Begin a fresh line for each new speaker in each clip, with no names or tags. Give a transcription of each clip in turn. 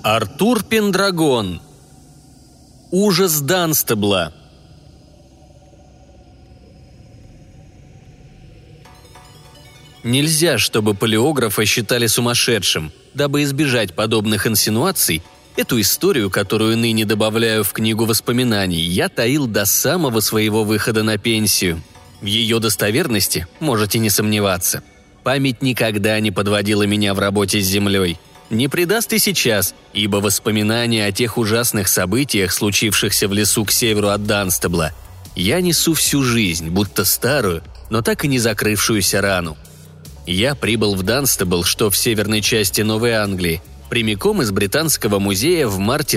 Артур Пендрагон. Ужас Данстебла. Нельзя, чтобы палеографа считали сумасшедшим. Дабы избежать подобных инсинуаций, эту историю, которую ныне добавляю в книгу воспоминаний, я таил до самого своего выхода на пенсию. В ее достоверности можете не сомневаться. Память никогда не подводила меня в работе с землей. Не предаст и сейчас, ибо воспоминания о тех ужасных событиях, случившихся в лесу к северу от Данстебла, я несу всю жизнь, будто старую, но так и не закрывшуюся рану. Я прибыл в Данстебл, что в северной части Новой Англии, прямиком из Британского музея в марте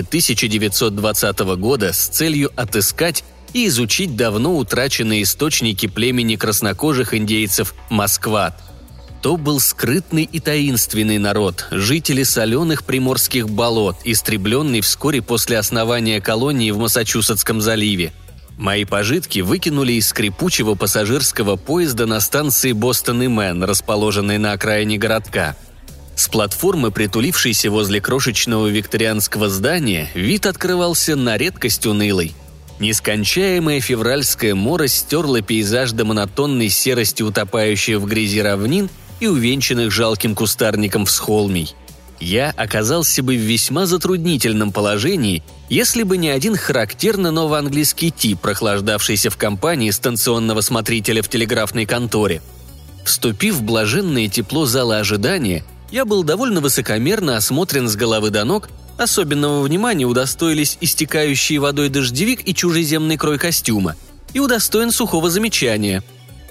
1920 года с целью отыскать и изучить давно утраченные источники племени краснокожих индейцев Маскват. То был скрытный и таинственный народ, жители соленых приморских болот, истребленный вскоре после основания колонии в Массачусетском заливе. Мои пожитки выкинули из скрипучего пассажирского поезда на станции Бостон и Мэн, расположенной на окраине городка. С платформы, притулившейся возле крошечного викторианского здания, вид открывался на редкость унылый. Нескончаемая февральская мора стерла пейзаж до монотонной серости утопающих в грязи равнин и увенчанных жалким кустарником всхолмий. Я оказался бы в весьма затруднительном положении, если бы не один характерно новоанглийский тип, прохлаждавшийся в компании станционного смотрителя в телеграфной конторе. Вступив в блаженное тепло зала ожидания, я был довольно высокомерно осмотрен с головы до ног, особенного внимания удостоились истекающий водой дождевик и чужеземный крой костюма, и удостоен сухого замечания.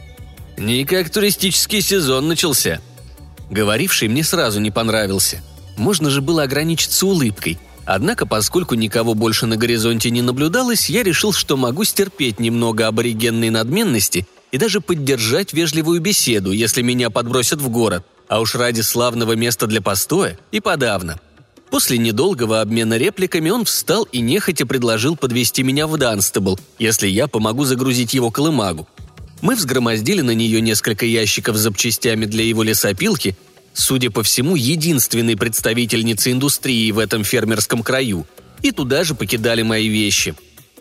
«Никак туристический сезон начался». Говоривший мне сразу не понравился. Можно же было ограничиться улыбкой. Однако, поскольку никого больше на горизонте не наблюдалось, я решил, что могу стерпеть немного аборигенной надменности и даже поддержать вежливую беседу, если меня подбросят в город, а уж ради славного места для постоя и подавно. После недолгого обмена репликами он встал и нехотя предложил подвезти меня в Данстебл, если я помогу загрузить его колымагу. Мы взгромоздили на нее несколько ящиков с запчастями для его лесопилки, судя по всему, единственной представительницей индустрии в этом фермерском краю, и туда же покидали мои вещи.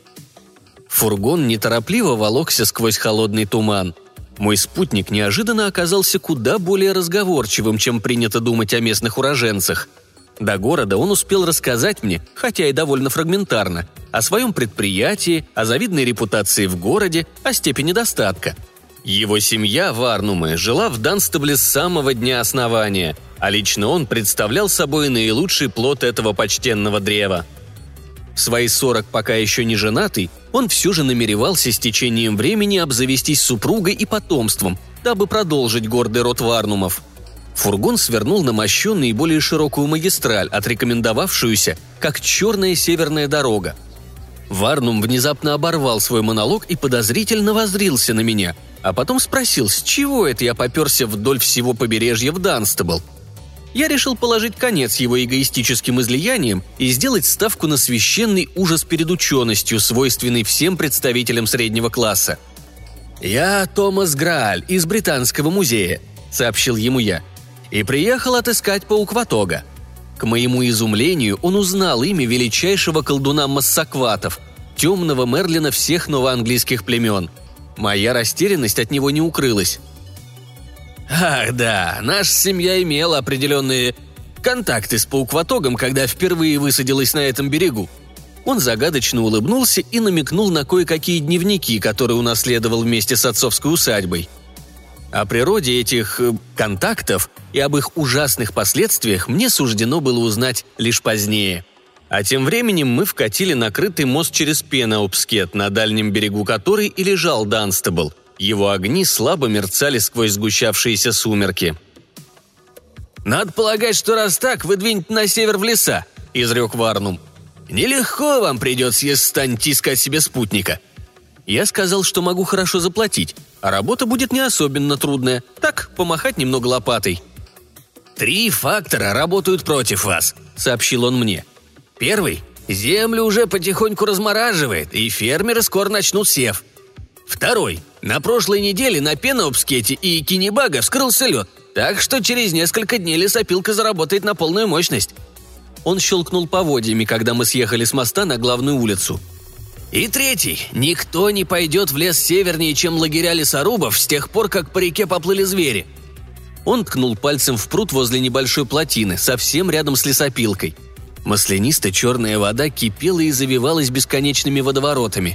Фургон неторопливо волокся сквозь холодный туман. Мой спутник неожиданно оказался куда более разговорчивым, чем принято думать о местных уроженцах. До города он успел рассказать мне, хотя и довольно фрагментарно, о своем предприятии, о завидной репутации в городе, о степени достатка. Его семья, Варнумы, жила в Данстебле с самого дня основания, а лично он представлял собой наилучший плод этого почтенного древа. В свои 40, пока еще не женатый, он все же намеревался с течением времени обзавестись супругой и потомством, дабы продолжить гордый род Варнумов. Фургон свернул на мощенную и более широкую магистраль, отрекомендовавшуюся как «Черная северная дорога». Варнум внезапно оборвал свой монолог и подозрительно воззрился на меня, а потом спросил, с чего это я попёрся вдоль всего побережья в Данстебл. Я решил положить конец его эгоистическим излияниям и сделать ставку на священный ужас перед ученостью, свойственный всем представителям среднего класса. «Я Томас Грааль из Британского музея», — сообщил ему я, — «и приехал отыскать паукватога». К моему изумлению он узнал имя величайшего колдуна массакватов, темного Мерлина всех новоанглийских племен. Моя растерянность от него не укрылась. «Ах да, наша семья имела определенные контакты с паукватогом, когда впервые высадилась на этом берегу». Он загадочно улыбнулся и намекнул на кое-какие дневники, которые унаследовал вместе с отцовской усадьбой. О природе этих контактов и об их ужасных последствиях мне суждено было узнать лишь позднее. А тем временем мы вкатили накрытый мост через Пенаупскет, на дальнем берегу которой и лежал Данстебл. Его огни слабо мерцали сквозь сгущавшиеся сумерки. «Надо полагать, что раз так, вы двинете на север в леса», — изрек Варнум. «Нелегко вам придется, если станете искать себе спутника». Я сказал, что могу хорошо заплатить, а работа будет не особенно трудная. Так, помахать немного лопатой. «3 фактора работают против вас», — сообщил он мне. «Первый – землю уже потихоньку размораживает, и фермеры скоро начнут сев. Второй – на прошлой неделе на Пенаупскете и Кинебага вскрылся лед, так что через несколько дней лесопилка заработает на полную мощность. Он щелкнул поводьями, когда мы съехали с моста на главную улицу. «И третий. Никто не пойдет в лес севернее, чем лагеря лесорубов с тех пор, как по реке поплыли звери». Он ткнул пальцем в пруд возле небольшой плотины, совсем рядом с лесопилкой. Маслянистая черная вода кипела и завивалась бесконечными водоворотами.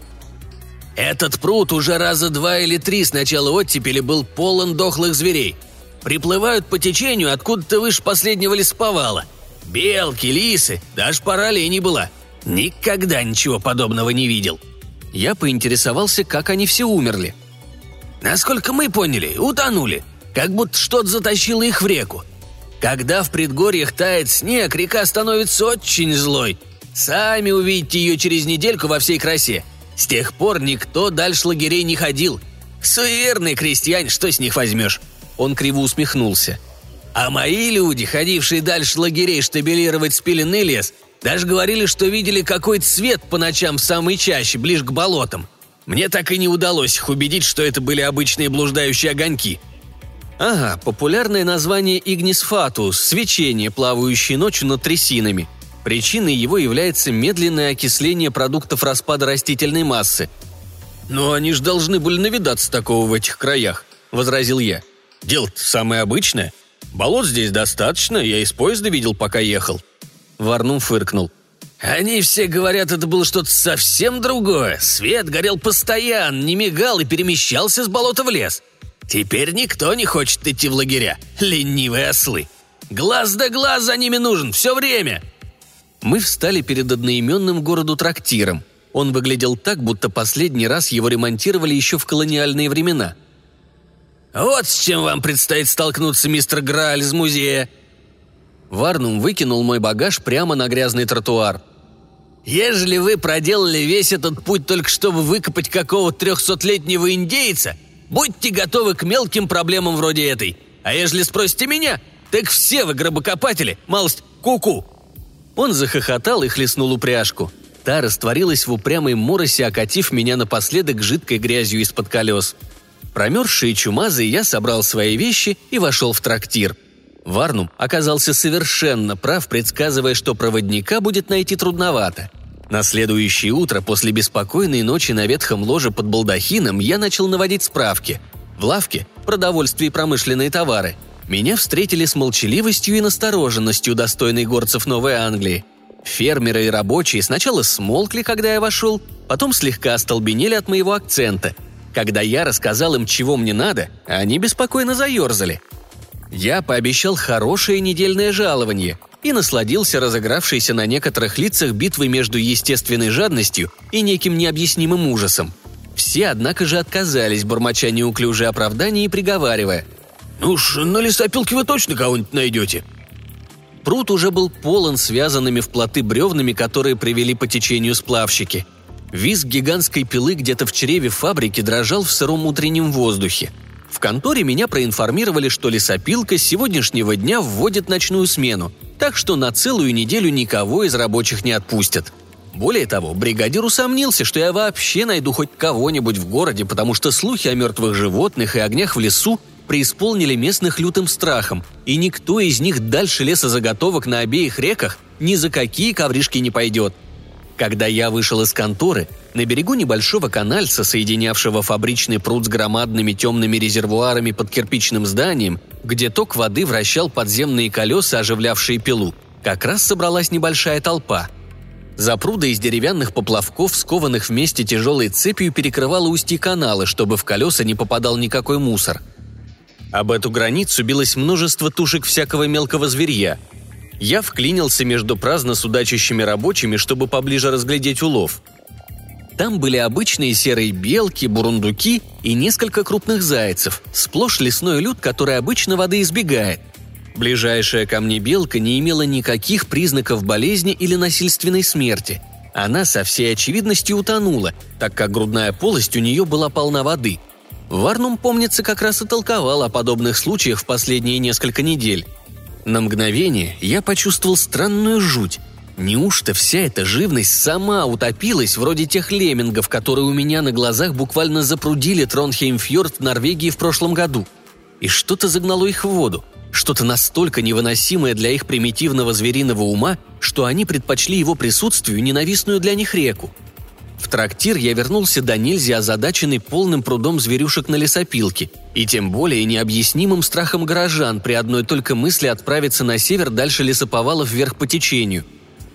«Этот пруд уже раза 2 или 3 с начала оттепели был полон дохлых зверей. Приплывают по течению откуда-то выше последнего лесоповала. Белки, лисы, даже пара оленей была. Никогда ничего подобного не видел». Я поинтересовался, как они все умерли. «Насколько мы поняли, утонули. Как будто что-то затащило их в реку. Когда в предгорьях тает снег, река становится очень злой. Сами увидите ее через недельку во всей красе. С тех пор никто дальше лагерей не ходил. Суеверные крестьяне, что с них возьмешь?» Он криво усмехнулся. «А мои люди, ходившие дальше лагерей штабелировать спиленный лес, даже говорили, что видели какой-то свет по ночам в самой чаще, ближе к болотам. Мне так и не удалось их убедить, что это были обычные блуждающие огоньки». Ага, популярное название Игнис Фатус – свечение, плавающее ночью над трясинами. Причиной его является медленное окисление продуктов распада растительной массы. «Но они же должны были навидаться такого в этих краях», – возразил я. «Дело-то самое обычное. Болот здесь достаточно, я из поезда видел, пока ехал». Варнум фыркнул. «Они все говорят, это было что-то совсем другое. Свет горел постоянно, не мигал и перемещался с болота в лес. Теперь никто не хочет идти в лагеря, ленивые ослы. Глаз да глаз за ними нужен все время». Мы встали перед одноименным городу-трактиром. Он выглядел так, будто последний раз его ремонтировали еще в колониальные времена. «Вот с чем вам предстоит столкнуться, мистер Грааль из музея». Варнум выкинул мой багаж прямо на грязный тротуар. «Ежели вы проделали весь этот путь только чтобы выкопать какого-то 300-летнего индейца, будьте готовы к мелким проблемам вроде этой. А ежели спросите меня, так все вы гробокопатели, малость ку-ку». Он захохотал и хлестнул упряжку. Та растворилась в упрямой моросе, окатив меня напоследок жидкой грязью из-под колес. Промерзший и чумазый, я собрал свои вещи и вошел в трактир. Варнум оказался совершенно прав, предсказывая, что проводника будет найти трудновато. На следующее утро, после беспокойной ночи на ветхом ложе под балдахином, я начал наводить справки. В лавке «Продовольствие и промышленные товары» меня встретили с молчаливостью и настороженностью, достойной горцев Новой Англии. Фермеры и рабочие сначала смолкли, когда я вошел, потом слегка остолбенели от моего акцента. Когда я рассказал им, чего мне надо, они беспокойно заерзали. Я пообещал хорошее недельное жалование и насладился разыгравшейся на некоторых лицах битвой между естественной жадностью и неким необъяснимым ужасом. Все, однако же, отказались, бормоча неуклюжие оправдания и приговаривая: «Ну уж на лесопилке вы точно кого-нибудь найдете». Пруд уже был полон связанными в плоты бревнами, которые привели по течению сплавщики. Визг гигантской пилы где-то в чреве фабрики дрожал в сыром утреннем воздухе. В конторе меня проинформировали, что лесопилка с сегодняшнего дня вводит ночную смену, так что на целую неделю никого из рабочих не отпустят. Более того, бригадир усомнился, что я вообще найду хоть кого-нибудь в городе, потому что слухи о мертвых животных и огнях в лесу преисполнили местных лютым страхом, и никто из них дальше лесозаготовок на обеих реках ни за какие ковришки не пойдет. Когда я вышел из конторы, на берегу небольшого канальца, соединявшего фабричный пруд с громадными темными резервуарами под кирпичным зданием, где ток воды вращал подземные колеса, оживлявшие пилу, как раз собралась небольшая толпа. Запруда из деревянных поплавков, скованных вместе тяжелой цепью, перекрывала устье канала, чтобы в колеса не попадал никакой мусор. Об эту границу билось множество тушек всякого мелкого зверья. Я вклинился между праздно судачащими рабочими, чтобы поближе разглядеть улов. Там были обычные серые белки, бурундуки и несколько крупных зайцев, сплошь лесной люд, который обычно воды избегает. Ближайшая ко мне белка не имела никаких признаков болезни или насильственной смерти. Она со всей очевидностью утонула, так как грудная полость у нее была полна воды. Варнум, помнится, как раз и толковал о подобных случаях в последние несколько недель. На мгновение я почувствовал странную жуть. Неужто вся эта живность сама утопилась, вроде тех леммингов, которые у меня на глазах буквально запрудили Тронхеймфьорд в Норвегии в прошлом году? И что-то загнало их в воду, что-то настолько невыносимое для их примитивного звериного ума, что они предпочли его присутствию ненавистную для них реку. В трактир я вернулся до нельзя озадаченный полным прудом зверюшек на лесопилке и тем более необъяснимым страхом горожан при одной только мысли отправиться на север дальше лесоповалов вверх по течению.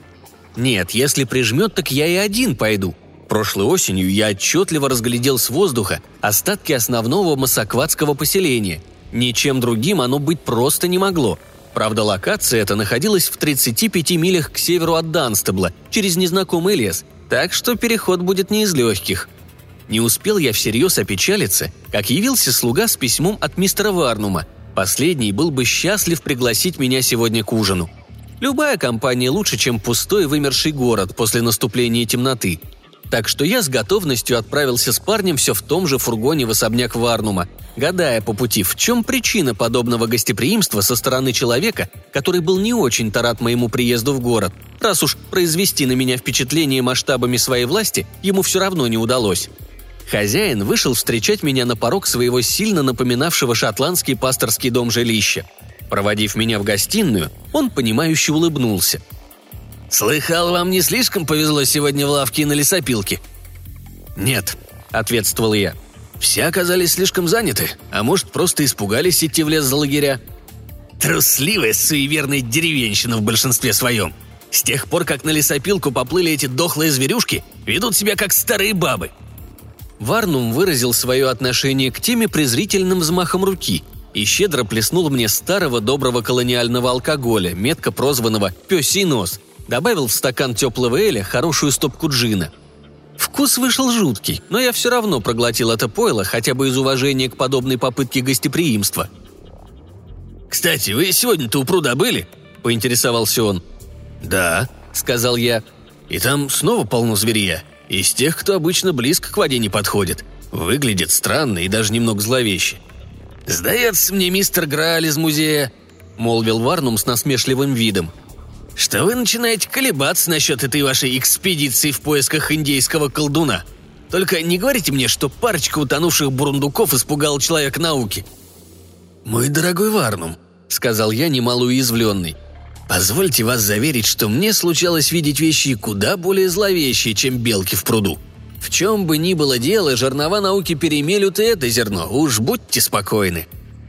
Нет, если прижмет, так я и один пойду. Прошлой осенью я отчетливо разглядел с воздуха остатки основного массакватского поселения. Ничем другим оно быть просто не могло. Правда, локация эта находилась в 35 милях к северу от Данстебла, через незнакомый лес, так что переход будет не из легких. Не успел я всерьез опечалиться, как явился слуга с письмом от мистера Варнума. Последний был бы счастлив пригласить меня сегодня к ужину. Любая компания лучше, чем пустой вымерший город после наступления темноты. Так что я с готовностью отправился с парнем все в том же фургоне в особняк Варнума, гадая по пути, в чем причина подобного гостеприимства со стороны человека, который был не очень-то рад моему приезду в город, раз уж произвести на меня впечатление масштабами своей власти ему все равно не удалось. Хозяин вышел встречать меня на порог своего сильно напоминавшего шотландский пасторский дом жилища. Проводив меня в гостиную, он понимающе улыбнулся. «Слыхал, вам не слишком повезло сегодня в лавке и на лесопилке?» «Нет», — ответствовал я. «Все оказались слишком заняты, а может, просто испугались идти в лес за лагеря». «Трусливая, суеверная деревенщина в большинстве своем. С тех пор, как на лесопилку поплыли эти дохлые зверюшки, ведут себя как старые бабы». Варнум выразил свое отношение к теме презрительным взмахом руки и щедро плеснул мне старого доброго колониального алкоголя, метко прозванного «пёсий нос», добавил в стакан теплого эля хорошую стопку джина. Вкус вышел жуткий, но я все равно проглотил это пойло хотя бы из уважения к подобной попытке гостеприимства. «Кстати, вы сегодня-то у пруда были?» – поинтересовался он. «Да», – сказал я. «И там снова полно зверья. Из тех, кто обычно близко к воде не подходит. Выглядит странно и даже немного зловеще». «Сдается мне, мистер Грааль из музея», – молвил Варнум с насмешливым видом, «что вы начинаете колебаться насчет этой вашей экспедиции в поисках индейского колдуна. Только не говорите мне, что парочка утонувших бурундуков испугала человека науки». «Мой дорогой Варнум», — сказал я, немало уязвленный, «позвольте вас заверить, что мне случалось видеть вещи куда более зловещие, чем белки в пруду. В чем бы ни было дело, жернова науки перемелют и это зерно, уж будьте спокойны».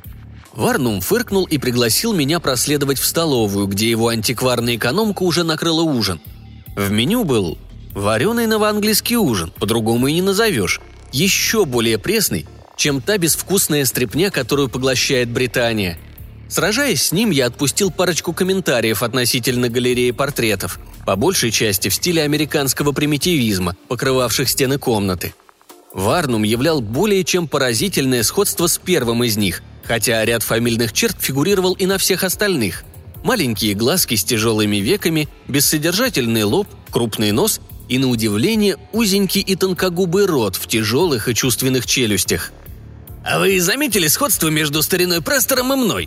Варнум фыркнул и пригласил меня проследовать в столовую, где его антикварная экономка уже накрыла ужин. В меню был вареный новоанглийский ужин, по-другому и не назовешь, еще более пресный, чем та безвкусная стряпня, которую поглощает Британия. Сражаясь с ним, я отпустил парочку комментариев относительно галереи портретов, по большей части в стиле американского примитивизма, покрывавших стены комнаты. Варнум являл более чем поразительное сходство с первым из них, хотя ряд фамильных черт фигурировал и на всех остальных. Маленькие глазки с тяжелыми веками, бессодержательный лоб, крупный нос и, на удивление, узенький и тонкогубый рот в тяжелых и чувственных челюстях. «А вы заметили сходство между стариной Престором и мной?»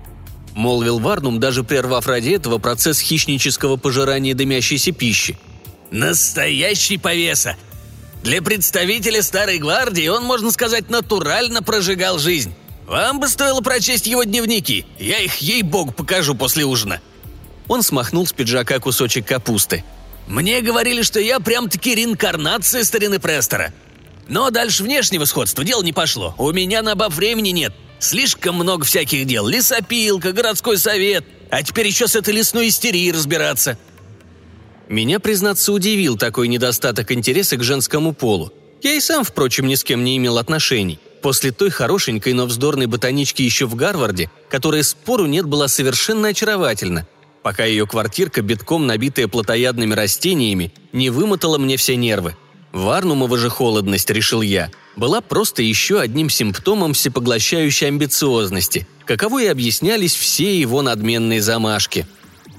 – молвил Варнум, даже прервав ради этого процесс хищнического пожирания дымящейся пищи. «Настоящий повеса! Для представителя Старой Гвардии он, можно сказать, натурально прожигал жизнь. Вам бы стоило прочесть его дневники, я их, ей-богу, покажу после ужина». Он смахнул с пиджака кусочек капусты. «Мне говорили, что я прям-таки реинкарнация старины Престора. Но дальше внешнего сходства дело не пошло. У меня на баб времени нет. Слишком много всяких дел. Лесопилка, городской совет. А теперь еще с этой лесной истерией разбираться». Меня, признаться, удивил такой недостаток интереса к женскому полу. Я и сам, впрочем, ни с кем не имел отношений. После той хорошенькой, но вздорной ботанички еще в Гарварде, которая, спору нет, была совершенно очаровательна, пока ее квартирка, битком набитая плотоядными растениями, не вымотала мне все нервы. Варнумова же холодность, решил я, была просто еще одним симптомом всепоглощающей амбициозности, каковой и объяснялись все его надменные замашки.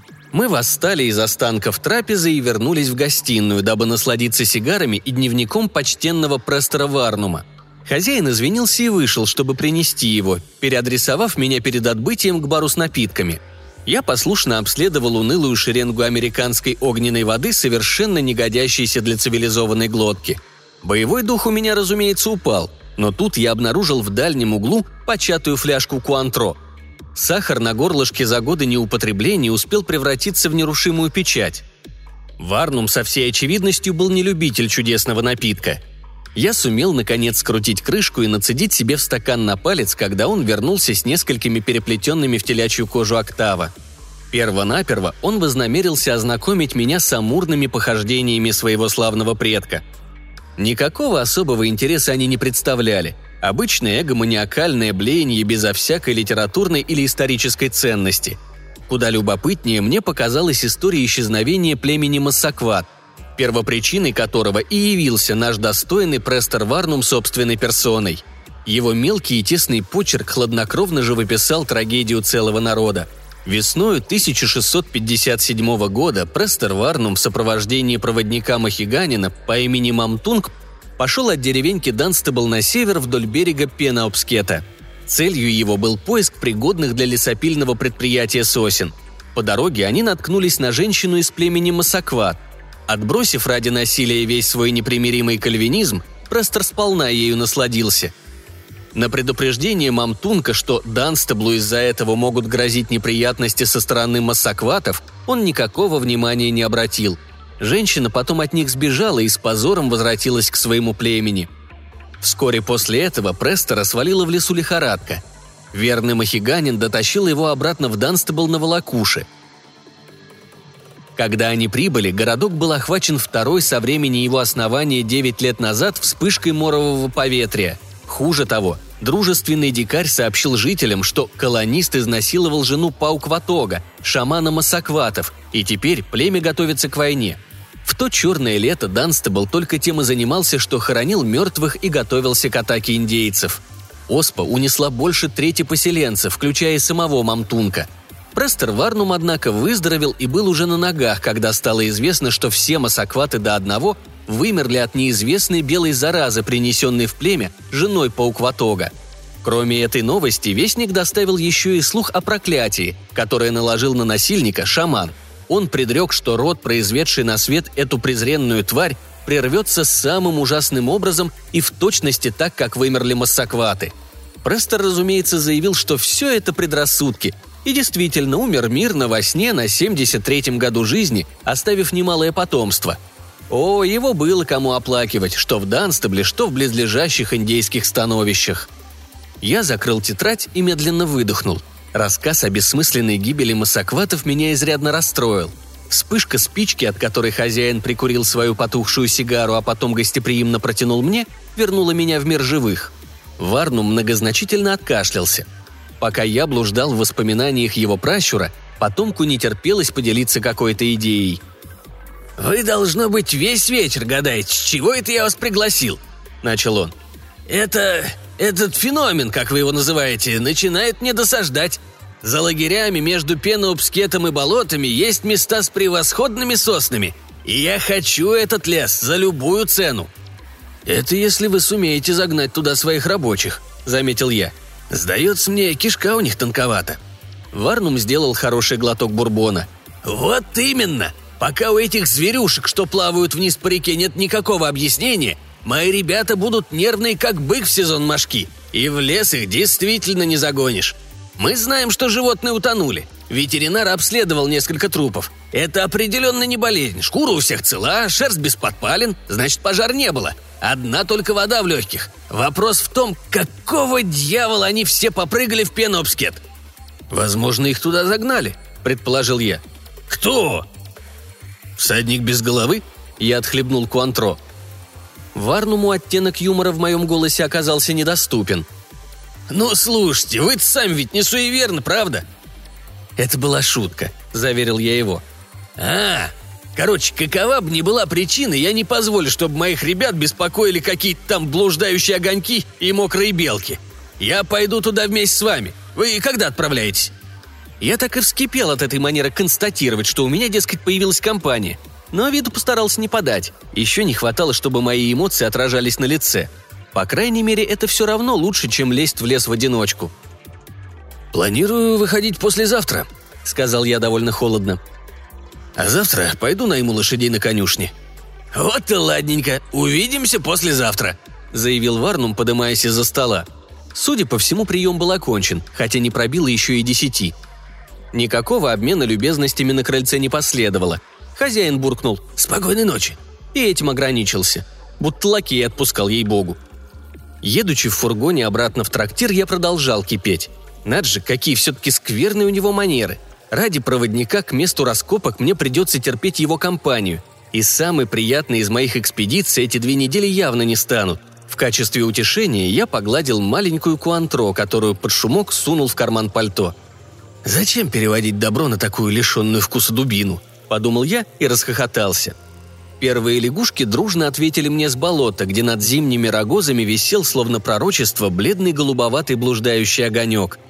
Мы восстали из останков трапезы и вернулись в гостиную, дабы насладиться сигарами и дневником почтенного Престора Варнума. Хозяин извинился и вышел, чтобы принести его, переадресовав меня перед отбытием к бару с напитками. Я послушно обследовал унылую шеренгу американской огненной воды, совершенно не годящейся для цивилизованной глотки. Боевой дух у меня, разумеется, упал, но тут я обнаружил в дальнем углу початую фляжку Куантро. Сахар на горлышке за годы неупотребления успел превратиться в нерушимую печать. Варнум со всей очевидностью был не любитель чудесного напитка. Я сумел, наконец, скрутить крышку и нацедить себе в стакан на палец, когда он вернулся с несколькими переплетенными в телячью кожу октава. Перво-наперво он вознамерился ознакомить меня с амурными похождениями своего славного предка. Никакого особого интереса они не представляли. Обычное эго-маниакальное блеяние безо всякой литературной или исторической ценности. Куда любопытнее мне показалась история исчезновения племени Массакват, первопричиной которого и явился наш достойный Престер Варнум собственной персоной. Его мелкий и тесный почерк хладнокровно живописал трагедию целого народа. Весною 1657 года Престер Варнум в сопровождении проводника-махиганина по имени Мамтунг пошел от деревеньки Данстебл на север вдоль берега Пенаупскета. Целью его был поиск пригодных для лесопильного предприятия сосен. По дороге они наткнулись на женщину из племени Массакват. Отбросив ради насилия весь свой непримиримый кальвинизм, Престер сполна ею насладился. На предупреждение Мамтунка, что Данстеблу из-за этого могут грозить неприятности со стороны массакватов, он никакого внимания не обратил. Женщина потом от них сбежала и с позором возвратилась к своему племени. Вскоре после этого Престера свалила в лесу лихорадка. Верный махиганин дотащил его обратно в Данстебл на волокуше. Когда они прибыли, городок был охвачен второй со времени его основания 9 лет назад вспышкой морового поветрия. Хуже того, дружественный дикарь сообщил жителям, что колонист изнасиловал жену Паукватога, шамана массакватов, и теперь племя готовится к войне. В то черное лето Данстебл только тем и занимался, что хоронил мертвых и готовился к атаке индейцев. Оспа унесла больше трети поселенцев, включая и самого Мамтунка. Престер Варнум, однако, выздоровел и был уже на ногах, когда стало известно, что все массакваты до одного вымерли от неизвестной белой заразы, принесенной в племя женой Паукватога. Кроме этой новости, вестник доставил еще и слух о проклятии, которое наложил на насильника шаман. Он предрек, что род, произведший на свет эту презренную тварь, прервется самым ужасным образом и в точности так, как вымерли массакваты. Престер, разумеется, заявил, что все это предрассудки, и действительно умер мирно во сне на 73-м году жизни, оставив немалое потомство. О, его было кому оплакивать, что в Данстебле, что в близлежащих индейских становищах. Я закрыл тетрадь и медленно выдохнул. Рассказ о бессмысленной гибели массакватов меня изрядно расстроил. Вспышка спички, от которой хозяин прикурил свою потухшую сигару, а потом гостеприимно протянул мне, вернула меня в мир живых. Варнум многозначительно откашлялся. Пока я блуждал в воспоминаниях его пращура, потомку не терпелось поделиться какой-то идеей.
«Вы, должно быть, весь вечер гадаете, с чего это я вас пригласил?» – начал он. «Этот феномен, как вы его называете, начинает мне досаждать. За лагерями между Пенаупскетом и болотами есть места с превосходными соснами, и я хочу этот лес за любую цену».
«Это если вы сумеете загнать туда своих рабочих», – заметил я.
«Сдается мне, кишка у них тонковата».
Варнум сделал хороший глоток бурбона.
«Вот именно! Пока у этих зверюшек, что плавают вниз по реке, нет никакого объяснения, мои ребята будут нервные, как бык в сезон мошки, и в лес их действительно не загонишь. Мы знаем, что животные утонули. Ветеринар обследовал несколько трупов. Это определенно не болезнь. Шкура у всех цела, шерсть без подпалин, значит, пожар не было. Одна только вода в легких. Вопрос в том, какого дьявола они все попрыгали в Пенаупскет?»
«Возможно, их туда загнали», — предположил я.
«Кто?»
«Всадник без головы?» — я отхлебнул Куантро. Варнуму оттенок юмора в моем голосе оказался недоступен.
«Ну, слушайте, вы-то сами ведь не суеверны, правда?»
«Это была шутка», — заверил я его.
Короче, какова бы ни была причина, я не позволю, чтобы моих ребят беспокоили какие-то там блуждающие огоньки и мокрые белки. Я пойду туда вместе с вами. Вы когда отправляетесь?»
Я так и вскипел от этой манеры констатировать, что у меня, дескать, появилась компания. Но виду постарался не подать. Еще не хватало, чтобы мои эмоции отражались на лице. По крайней мере, это все равно лучше, чем лезть в лес в одиночку.
«Планирую выходить послезавтра», — сказал я довольно холодно.
«А завтра пойду найму лошадей на конюшне».
«Вот и ладненько. Увидимся послезавтра», — заявил Варнум, подымаясь из-за стола.
Судя по всему, прием был окончен, хотя не пробило еще и 10. Никакого обмена любезностями на крыльце не последовало. Хозяин буркнул «Спокойной ночи» и этим ограничился. Будто лакей отпускал, ей-богу. Едучи в фургоне обратно в трактир, я продолжал кипеть. Надо же, какие все-таки скверные у него манеры. Ради проводника к месту раскопок мне придется терпеть его компанию. И самой приятной из моих экспедиций эти 2 недели явно не станут. В качестве утешения я погладил маленькую Куантро, которую под шумок сунул в карман пальто. «Зачем переводить добро на такую лишенную вкуса дубину?» – подумал я и расхохотался. Первые лягушки дружно ответили мне с болота, где над зимними рогозами висел, словно пророчество, бледный голубоватый блуждающий огонек.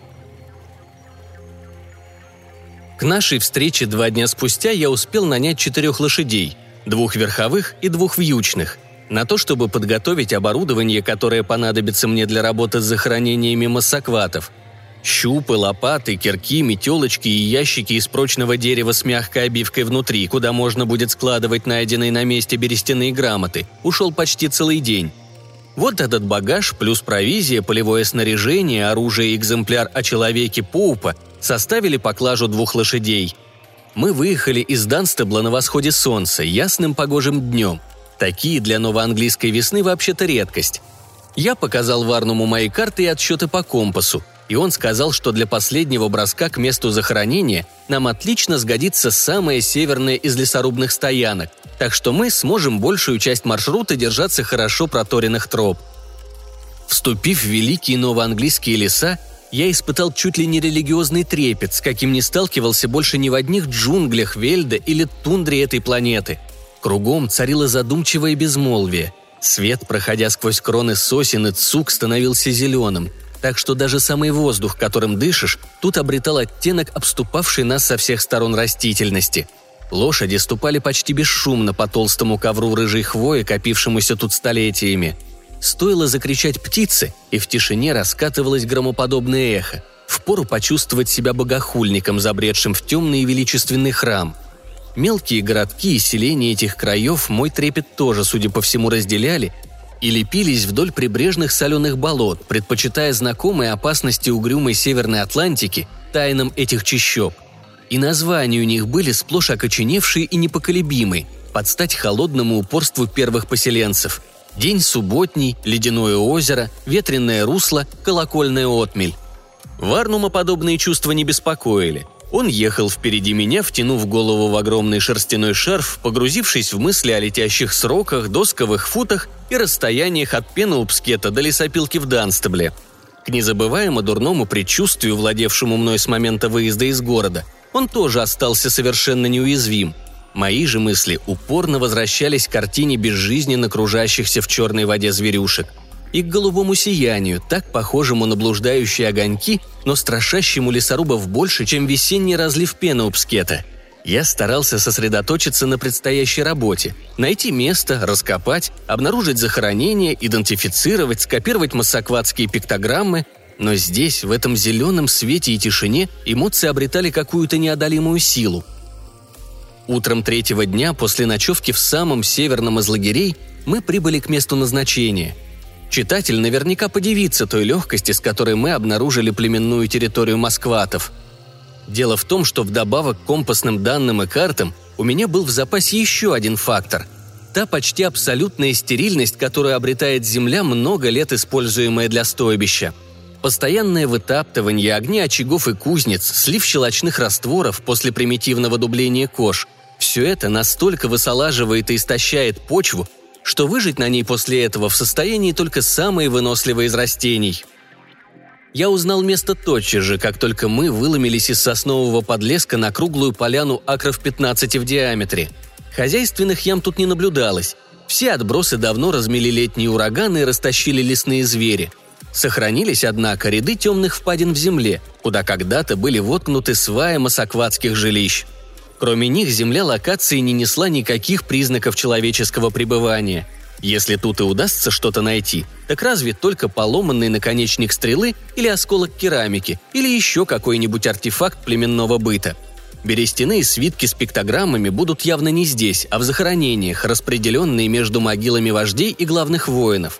К нашей встрече 2 дня спустя я успел нанять 4 лошадей, 2 верховых и 2 вьючных, на то, чтобы подготовить оборудование, которое понадобится мне для работы с захоронениями массакватов. Щупы, лопаты, кирки, метелочки и ящики из прочного дерева с мягкой обивкой внутри, куда можно будет складывать найденные на месте берестяные грамоты, ушел почти целый день. Вот этот багаж, плюс провизия, полевое снаряжение, оружие и экземпляр о человеке Поупа составили поклажу 2 лошадей. Мы выехали из Данстебла на восходе солнца, ясным погожим днем. Такие для новоанглийской весны вообще-то редкость. Я показал Варнуму мои карты и отсчеты по компасу, и он сказал, что для последнего броска к месту захоронения нам отлично сгодится самая северная из лесорубных стоянок, так что мы сможем большую часть маршрута держаться хорошо проторенных троп. Вступив в великие новоанглийские леса, я испытал чуть ли не религиозный трепет, с каким не сталкивался больше ни в одних джунглях Вельда или тундре этой планеты. Кругом царило задумчивое безмолвие. Свет, проходя сквозь кроны сосен и цук, становился зеленым, так что даже самый воздух, которым дышишь, тут обретал оттенок обступавшей нас со всех сторон растительности. Лошади ступали почти бесшумно по толстому ковру рыжей хвои, копившемуся тут столетиями. Стоило закричать птице, и в тишине раскатывалось громоподобное эхо. Впору почувствовать себя богохульником, забредшим в темный и величественный храм. Мелкие городки и селения этих краев мой трепет тоже, судя по всему, разделяли и лепились вдоль прибрежных соленых болот, предпочитая знакомые опасности угрюмой Северной Атлантики тайнам этих чащоб. И названия у них были сплошь окоченевшие и непоколебимые, под стать холодному упорству первых поселенцев. День субботний, ледяное озеро, ветреное русло, колокольная отмель. Варнума подобные чувства не беспокоили. Он ехал впереди меня, втянув голову в огромный шерстяной шарф, погрузившись в мысли о летящих сроках, досковых футах и расстояниях от Пенаупскета до лесопилки в Данстебле. К незабываемо дурному предчувствию, владевшему мной с момента выезда из города, он тоже остался совершенно неуязвим. Мои же мысли упорно возвращались к картине безжизненно кружащихся в черной воде зверюшек и к голубому сиянию, так похожему на блуждающие огоньки, но страшащему лесорубов больше, чем весенний разлив Пенаупскета. Я старался сосредоточиться на предстоящей работе, найти место, раскопать, обнаружить захоронение, идентифицировать, скопировать массакватские пиктограммы, но здесь, в этом зеленом свете и тишине, эмоции обретали какую-то неодолимую силу. Утром 3-го дня после ночевки в самом северном из лагерей мы прибыли к месту назначения. Читатель наверняка подивится той легкости, с которой мы обнаружили племенную территорию маскватов. Дело в том, что вдобавок к компасным данным и картам у меня был в запасе еще один фактор – та почти абсолютная стерильность, которую обретает земля, много лет используемая для стойбища. Постоянное вытаптывание, огни очагов и кузнец, слив щелочных растворов после примитивного дубления кож – все это настолько высолаживает и истощает почву, что выжить на ней после этого в состоянии только самые выносливые из растений. Я узнал место тотчас же, как только мы выломились из соснового подлеска на круглую поляну акров 15 в диаметре. Хозяйственных ям тут не наблюдалось. Все отбросы давно размели летние ураганы и растащили лесные звери. Сохранились, однако, ряды темных впадин в земле, куда когда-то были воткнуты сваи массакватских жилищ. Кроме них, земля локации не несла никаких признаков человеческого пребывания. Если тут и удастся что-то найти, так разве только поломанный наконечник стрелы или осколок керамики, или еще какой-нибудь артефакт племенного быта. Берестяные свитки с пиктограммами будут явно не здесь, а в захоронениях, распределенные между могилами вождей и главных воинов.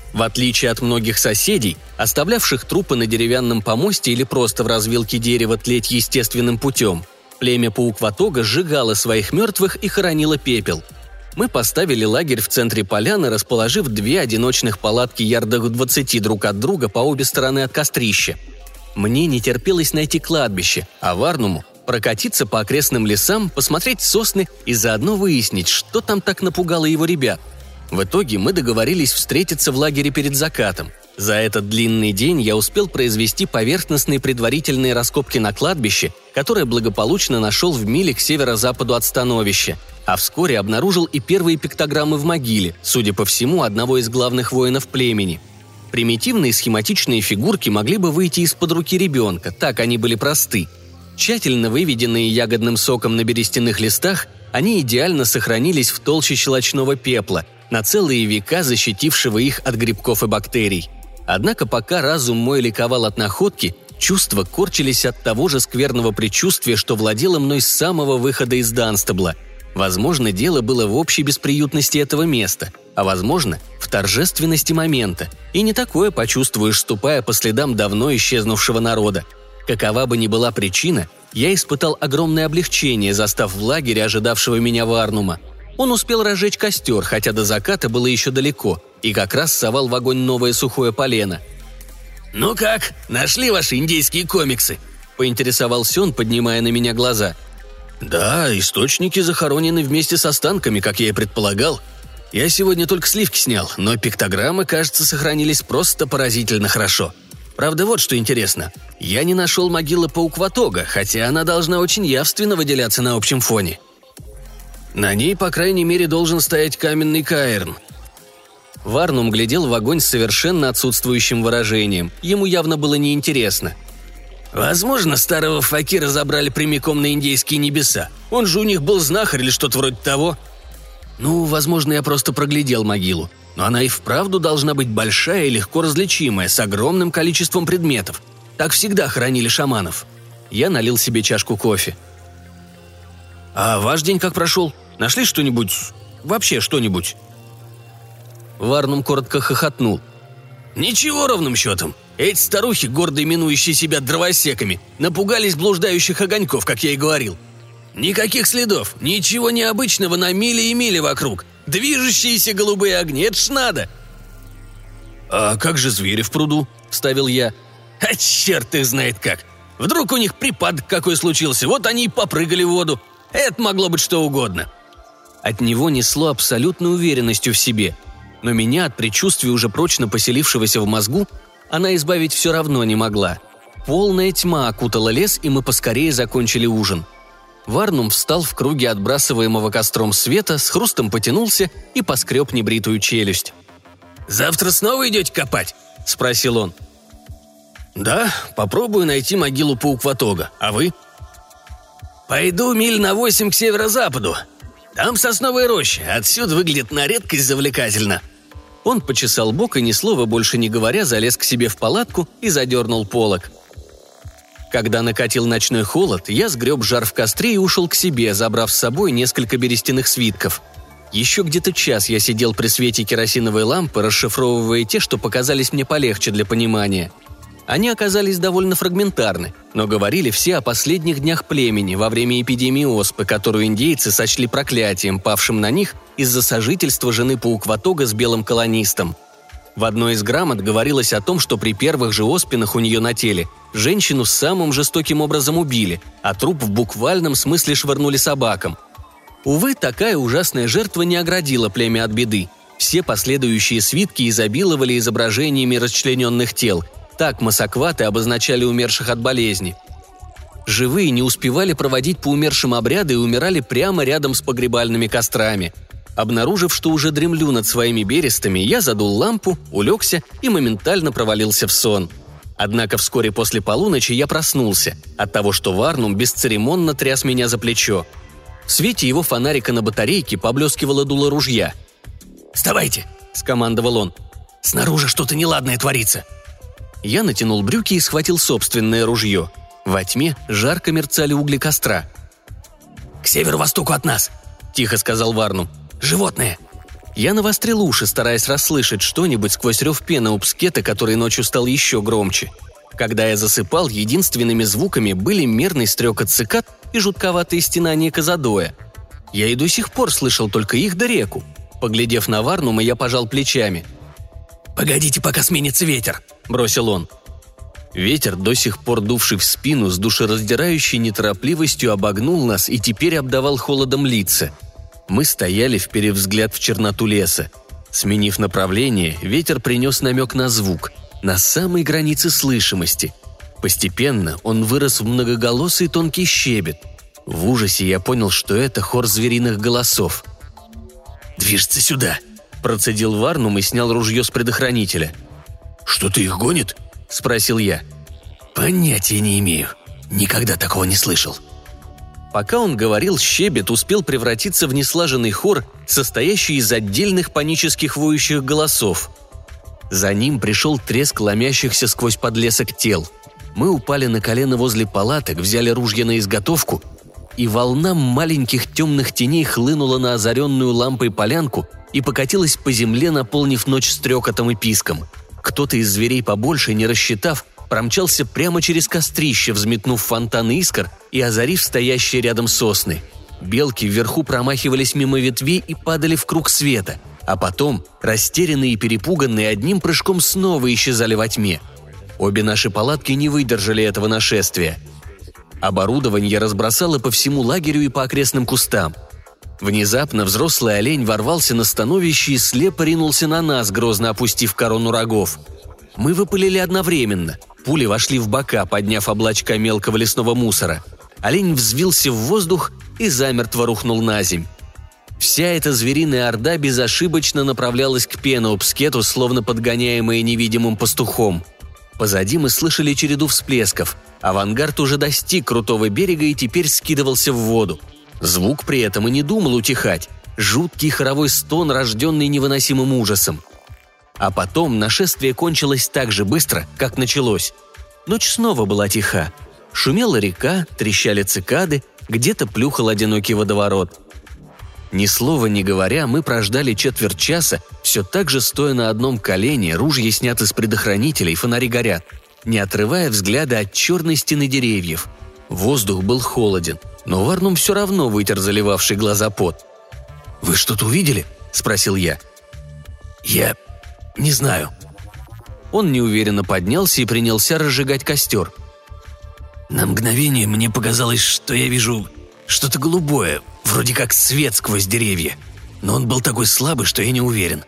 В отличие от многих соседей, оставлявших трупы на деревянном помосте или просто в развилке дерева тлеть естественным путем, племя Паукватога сжигало своих мертвых и хоронило пепел. Мы поставили лагерь в центре поляны, расположив 2 одиночных палатки ярдах в 20 друг от друга по обе стороны от кострища. Мне не терпелось найти кладбище, а Варнуму прокатиться по окрестным лесам, посмотреть сосны и заодно выяснить, что там так напугало его ребят. В итоге мы договорились встретиться в лагере перед закатом. За этот длинный день я успел произвести поверхностные предварительные раскопки на кладбище, которое благополучно нашел в миле к северо-западу от становища, а вскоре обнаружил и первые пиктограммы в могиле, судя по всему, одного из главных воинов племени. Примитивные схематичные фигурки могли бы выйти из-под руки ребенка, так они были просты. Тщательно выведенные ягодным соком на берестяных листах, они идеально сохранились в толще щелочного пепла, на целые века защитившего их от грибков и бактерий. Однако пока разум мой ликовал от находки, чувства корчились от того же скверного предчувствия, что владело мной с самого выхода из Данстебла. Возможно, дело было в общей бесприютности этого места, а возможно, в торжественности момента, и не такое почувствуешь, ступая по следам давно исчезнувшего народа. Какова бы ни была причина, я испытал огромное облегчение, застав в лагере ожидавшего меня Варнума. Он успел разжечь костер, хотя до заката было еще далеко, и как раз совал в огонь новое сухое полено.
«Ну как, нашли ваши индейские комиксы?» –
поинтересовался он, поднимая на меня глаза.
«Да, источники захоронены вместе с останками, как я и предполагал. Я сегодня только сливки снял, но пиктограммы, кажется, сохранились просто поразительно хорошо. Правда, вот что интересно. Я не нашел могилы Паукватога, хотя она должна очень явственно выделяться на общем фоне. На ней, по крайней мере, должен стоять каменный каэрн».
Варнум глядел в огонь с совершенно отсутствующим выражением. Ему явно было неинтересно.
«Возможно, старого факира забрали прямиком на индейские небеса. Он же у них был знахарь или что-то вроде того».
«Ну, возможно, я просто проглядел могилу. Но она и вправду должна быть большая и легко различимая, с огромным количеством предметов. Так всегда хоронили шаманов». Я налил себе чашку кофе. «А ваш день как прошел? Нашли что-нибудь? Вообще что-нибудь?» Варнум коротко хохотнул.
«Ничего ровным счетом. Эти старухи, гордо именующие себя дровосеками, напугались блуждающих огоньков, как я и говорил. Никаких следов, ничего необычного на мили и мили вокруг. Движущиеся голубые огни, это ж надо!»
«А как же звери в пруду?» – вставил я.
«А черт их знает как! Вдруг у них припадок какой случился, вот они и попрыгали в воду. Это могло быть что угодно».
От него несло абсолютной уверенностью в себе. Но меня от предчувствия, уже прочно поселившегося в мозгу, она избавить все равно не могла. Полная тьма окутала лес, и мы поскорее закончили ужин. Варнум встал в круге отбрасываемого костром света, с хрустом потянулся и поскреб небритую челюсть.
«Завтра снова идете копать?»
– спросил он.
«Да, попробую найти могилу Паукватога. А вы?» «Пойду миль на 8 к северо-западу. Там сосновая роща, отсюда выглядит на редкость завлекательно».
Он почесал бок и, ни слова больше не говоря, залез к себе в палатку и задернул полог. Когда накатил ночной холод, я сгреб жар в костре и ушел к себе, забрав с собой несколько берестяных свитков. Еще где-то час я сидел при свете керосиновой лампы, расшифровывая те, что показались мне полегче для понимания. Они оказались довольно фрагментарны, но говорили все о последних днях племени во время эпидемии оспы, которую индейцы сочли проклятием, павшим на них из-за сожительства жены Паукватога с белым колонистом. В одной из грамот говорилось о том, что при первых же оспинах у нее на теле женщину самым жестоким образом убили, а труп в буквальном смысле швырнули собакам. Увы, такая ужасная жертва не оградила племя от беды. Все последующие свитки изобиловали изображениями расчлененных тел. Так массакваты обозначали умерших от болезни. Живые не успевали проводить по умершим обряды и умирали прямо рядом с погребальными кострами. Обнаружив, что уже дремлю над своими берестами, я задул лампу, улегся и моментально провалился в сон. Однако вскоре после полуночи я проснулся от того, что Варнум бесцеремонно тряс меня за плечо. В свете его фонарика на батарейке поблескивало дуло ружья.
«Вставайте!» –
скомандовал он.
«Снаружи что-то неладное творится!»
Я натянул брюки и схватил собственное ружье. Во тьме жарко мерцали угли костра.
«К северо-востоку от нас», –
тихо сказал Варнум.
«Животные».
Я навострил уши, стараясь расслышать что-нибудь сквозь рев пеноупскета, который ночью стал еще громче. Когда я засыпал, единственными звуками были мерный стрекот цикад и жутковатые стенания казадоя. Я и до сих пор слышал только их да реку. Поглядев на Варнума, я пожал плечами.
«Погодите, пока сменится ветер», – бросил он.
Ветер, до сих пор дувший в спину, с душераздирающей неторопливостью обогнул нас и теперь обдавал холодом лица. Мы стояли, вперев взгляд в черноту леса. Сменив направление, ветер принес намек на звук, на самой границе слышимости. Постепенно он вырос в многоголосый тонкий щебет. В ужасе я понял, что это хор звериных голосов.
«Движется сюда»,
– процедил Варнум и снял ружье с предохранителя.
«Что-то их гонит?»
– спросил я.
«Понятия не имею. Никогда такого не слышал».
Пока он говорил, щебет успел превратиться в неслаженный хор, состоящий из отдельных панических воющих голосов. За ним пришел треск ломящихся сквозь подлесок тел. Мы упали на колено возле палаток, взяли ружья на изготовку, и волна маленьких темных теней хлынула на озаренную лампой полянку и покатилась по земле, наполнив ночь стрекотом и писком. Кто-то из зверей побольше, не рассчитав, промчался прямо через кострище, взметнув фонтаны искр и озарив стоящие рядом сосны. Белки вверху промахивались мимо ветвей и падали в круг света, а потом, растерянные и перепуганные, одним прыжком снова исчезали во тьме. Обе наши палатки не выдержали этого нашествия. Оборудование разбросало по всему лагерю и по окрестным кустам. Внезапно взрослый олень ворвался на становище и слепо ринулся на нас, грозно опустив корону рогов. Мы выпалили одновременно. Пули вошли в бока, подняв облачка мелкого лесного мусора. Олень взвился в воздух и замертво рухнул на земь. Вся эта звериная орда безошибочно направлялась к пеноупскету, словно подгоняемая невидимым пастухом. Позади мы слышали череду всплесков. Авангард уже достиг крутого берега и теперь скидывался в воду. Звук при этом и не думал утихать. Жуткий хоровой стон, рожденный невыносимым ужасом. А потом нашествие кончилось так же быстро, как началось. Ночь снова была тиха. Шумела река, трещали цикады, где-то плюхал одинокий водоворот. Ни слова не говоря, мы прождали четверть часа, все так же стоя на одном колене, ружья сняты с предохранителей, фонари горят, не отрывая взгляда от черной стены деревьев. Воздух был холоден, но Варнум все равно вытер заливавший глаза пот.
«Вы что-то увидели?» – спросил я. «Я не знаю».
Он неуверенно поднялся и принялся разжигать костер.
«На мгновение мне показалось, что я вижу что-то голубое, вроде как свет сквозь деревья. Но он был такой слабый, что я не уверен».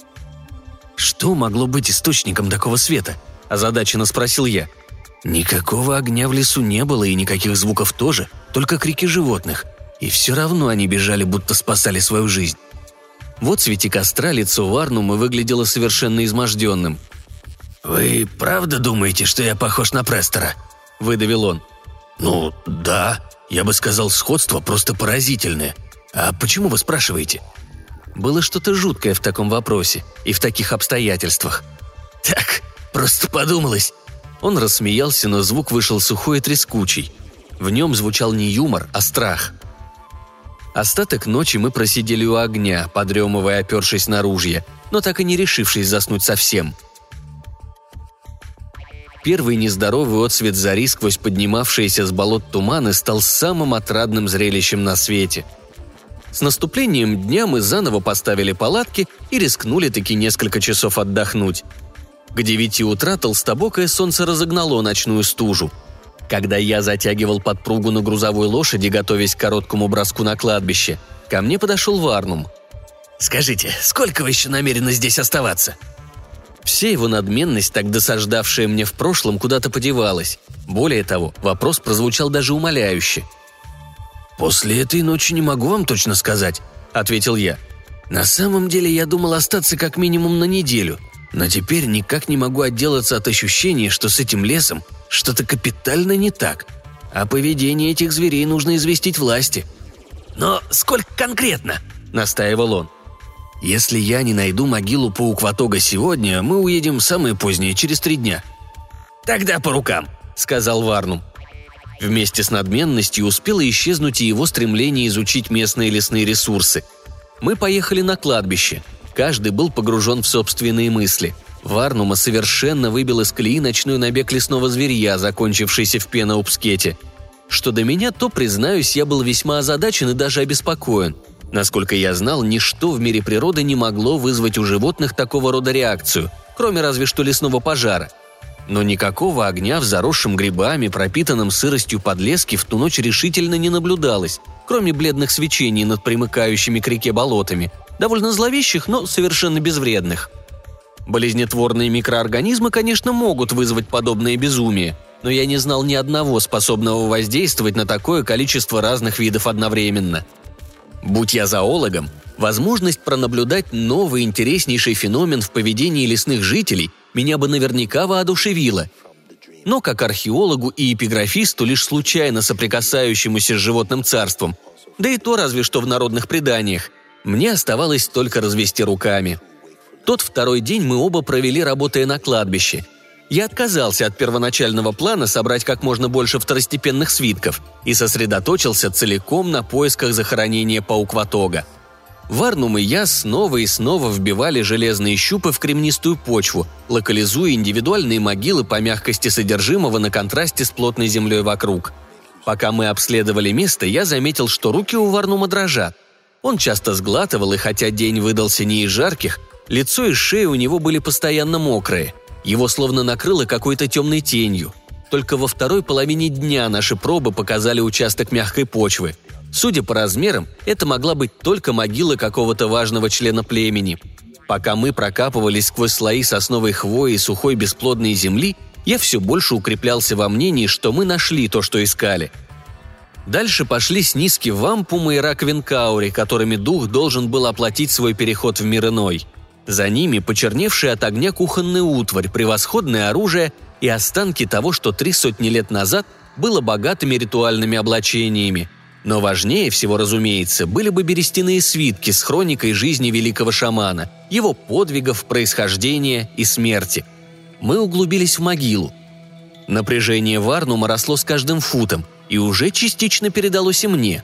«Что могло быть источником такого света?» – озадаченно спросил я. Никакого огня в лесу не было и никаких звуков тоже, только крики животных. И все равно они бежали, будто спасали свою жизнь. Вот в свете костра лицо Варнума выглядело совершенно изможденным.
«Вы правда думаете, что я похож на Престора?» – выдавил он. «Ну, да. Я бы сказал, сходство просто поразительное. А почему вы спрашиваете?»
Было что-то жуткое в таком вопросе и в таких обстоятельствах.
«Так, просто подумалось».
Он рассмеялся, но звук вышел сухой и трескучий. В нем звучал не юмор, а страх. Остаток ночи мы просидели у огня, подремывая, опершись на ружья, но так и не решившись заснуть совсем. Первый нездоровый отсвет зари сквозь поднимавшиеся с болот туманы стал самым отрадным зрелищем на свете. С наступлением дня мы заново поставили палатки и рискнули таки несколько часов отдохнуть. К 9 утра толстобокое солнце разогнало ночную стужу. Когда я затягивал подпругу на грузовой лошади, готовясь к короткому броску на кладбище, ко мне подошел Варнум.
«Скажите, сколько вы еще намерены здесь оставаться?»
Вся его надменность, так досаждавшая мне в прошлом, куда-то подевалась. Более того, вопрос прозвучал даже умоляюще.
«После этой ночи не могу вам точно сказать», — ответил я. «На самом деле я думал остаться как минимум на неделю, но теперь никак не могу отделаться от ощущения, что с этим лесом что-то капитально не так. О поведении этих зверей нужно известить власти». «Но сколько конкретно?» – настаивал он. «Если я не найду могилу Паукватога сегодня, мы уедем самое позднее, через 3 дня». «Тогда по рукам», – сказал Варнум.
Вместе с надменностью успело исчезнуть и его стремление изучить местные лесные ресурсы. Мы поехали на кладбище. Каждый был погружен в собственные мысли. Варнума совершенно выбил из колеи ночной набег лесного зверья, закончившийся в Пенаупскете. Что до меня, то, признаюсь, я был весьма озадачен и даже обеспокоен. Насколько я знал, ничто в мире природы не могло вызвать у животных такого рода реакцию, кроме разве что лесного пожара. Но никакого огня в заросшем грибами, пропитанном сыростью подлеске в ту ночь решительно не наблюдалось, кроме бледных свечений над примыкающими к реке болотами, довольно зловещих, но совершенно безвредных. Болезнетворные микроорганизмы, конечно, могут вызвать подобное безумие, но я не знал ни одного, способного воздействовать на такое количество разных видов одновременно. Будь я зоологом, возможность пронаблюдать новый интереснейший феномен в поведении лесных жителей меня бы наверняка воодушевило. Но как археологу и эпиграфисту, лишь случайно соприкасающемуся с животным царством, да и то разве что в народных преданиях, мне оставалось только развести руками. Тот второй день мы оба провели, работая на кладбище. Я отказался от первоначального плана собрать как можно больше второстепенных свитков и сосредоточился целиком на поисках захоронения Паукватога. Варнум и я снова и снова вбивали железные щупы в кремнистую почву, локализуя индивидуальные могилы по мягкости содержимого на контрасте с плотной землей вокруг. Пока мы обследовали место, я заметил, что руки у Варнума дрожат. Он часто сглатывал, и хотя день выдался не из жарких, лицо и шея у него были постоянно мокрые. Его словно накрыло какой-то темной тенью. Только во второй половине дня наши пробы показали участок мягкой почвы. Судя по размерам, это могла быть только могила какого-то важного члена племени. Пока мы прокапывались сквозь слои сосновой хвои и сухой бесплодной земли, я все больше укреплялся во мнении, что мы нашли то, что искали. Дальше пошли снизки Вампума и Раквенкаури, которыми дух должен был оплатить свой переход в мир иной. За ними почерневшая от огня кухонная утварь, превосходное оружие и останки того, что 300 лет назад было богатыми ритуальными облачениями. Но важнее всего, разумеется, были бы берестяные свитки с хроникой жизни великого шамана, его подвигов, происхождения и смерти. Мы углубились в могилу. Напряжение Варнума росло с каждым футом и уже частично передалось и мне.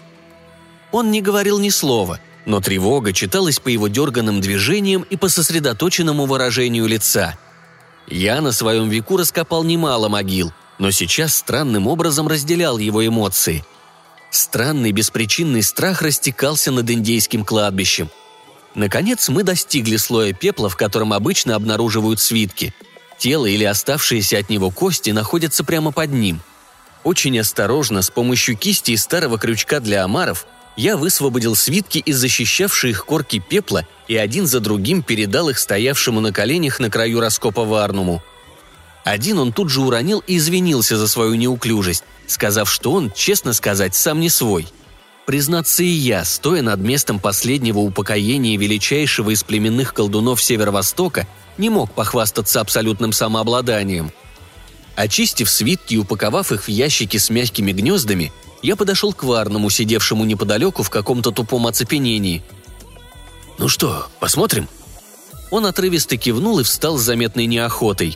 Он не говорил ни слова, но тревога читалась по его дерганным движениям и по сосредоточенному выражению лица. Я на своем веку раскопал немало могил, но сейчас странным образом разделял его эмоции. Странный беспричинный страх растекался над индейским кладбищем. Наконец мы достигли слоя пепла, в котором обычно обнаруживают свитки. Тело или оставшиеся от него кости находятся прямо под ним. Очень осторожно, с помощью кисти и старого крючка для омаров, я высвободил свитки из защищавшей их корки пепла и один за другим передал их стоявшему на коленях на краю раскопа Варнуму. Один он тут же уронил и извинился за свою неуклюжесть, сказав, что он, честно сказать, сам не свой. Признаться, и я, стоя над местом последнего упокоения величайшего из племенных колдунов Северо-Востока, не мог похвастаться абсолютным самообладанием. Очистив свитки и упаковав их в ящики с мягкими гнездами, я подошел к Варнуму, сидевшему неподалеку в каком-то тупом оцепенении. «Ну что, посмотрим?» Он отрывисто кивнул и встал с заметной неохотой.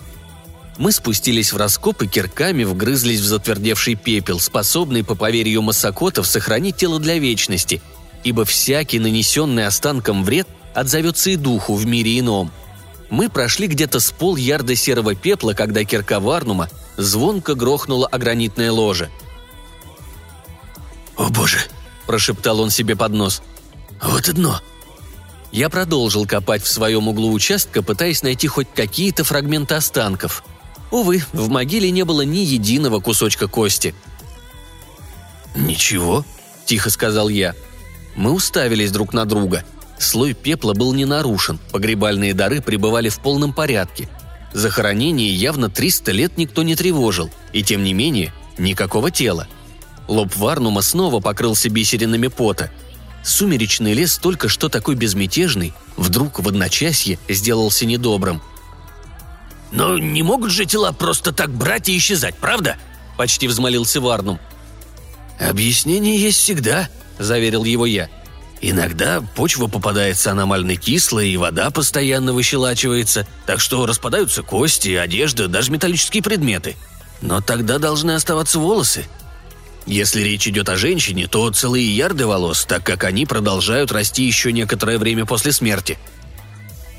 Мы спустились в раскоп и кирками вгрызлись в затвердевший пепел, способный, по поверью массакотов, сохранить тело для вечности, ибо всякий нанесенный останком вред отзовется и духу в мире ином. Мы прошли где-то с полярда серого пепла, когда кирка Варнума звонко грохнула о гранитное ложе.
«О боже!» – прошептал он себе под нос. «Вот и дно!»
Я продолжил копать в своем углу участка, пытаясь найти хоть какие-то фрагменты останков. Увы, в могиле не было ни единого кусочка кости.
«Ничего», – тихо сказал я.
Мы уставились друг на друга. Слой пепла был не нарушен, погребальные дары пребывали в полном порядке. Захоронение явно 300 лет никто не тревожил, и тем не менее никакого тела. Лоб Варнума снова покрылся бисеринами пота. Сумеречный лес, только что такой безмятежный, вдруг в одночасье сделался недобрым.
«Но не могут же тела просто так брать и исчезать, правда?» – почти взмолился Варнум. «Объяснение есть всегда», – заверил его я. «Иногда почва попадается аномально кислая, и вода постоянно выщелачивается, так что распадаются кости, одежда, даже металлические предметы. Но тогда должны оставаться волосы. Если речь идет о женщине, то целые ярды волос, так как они продолжают расти еще некоторое время после смерти.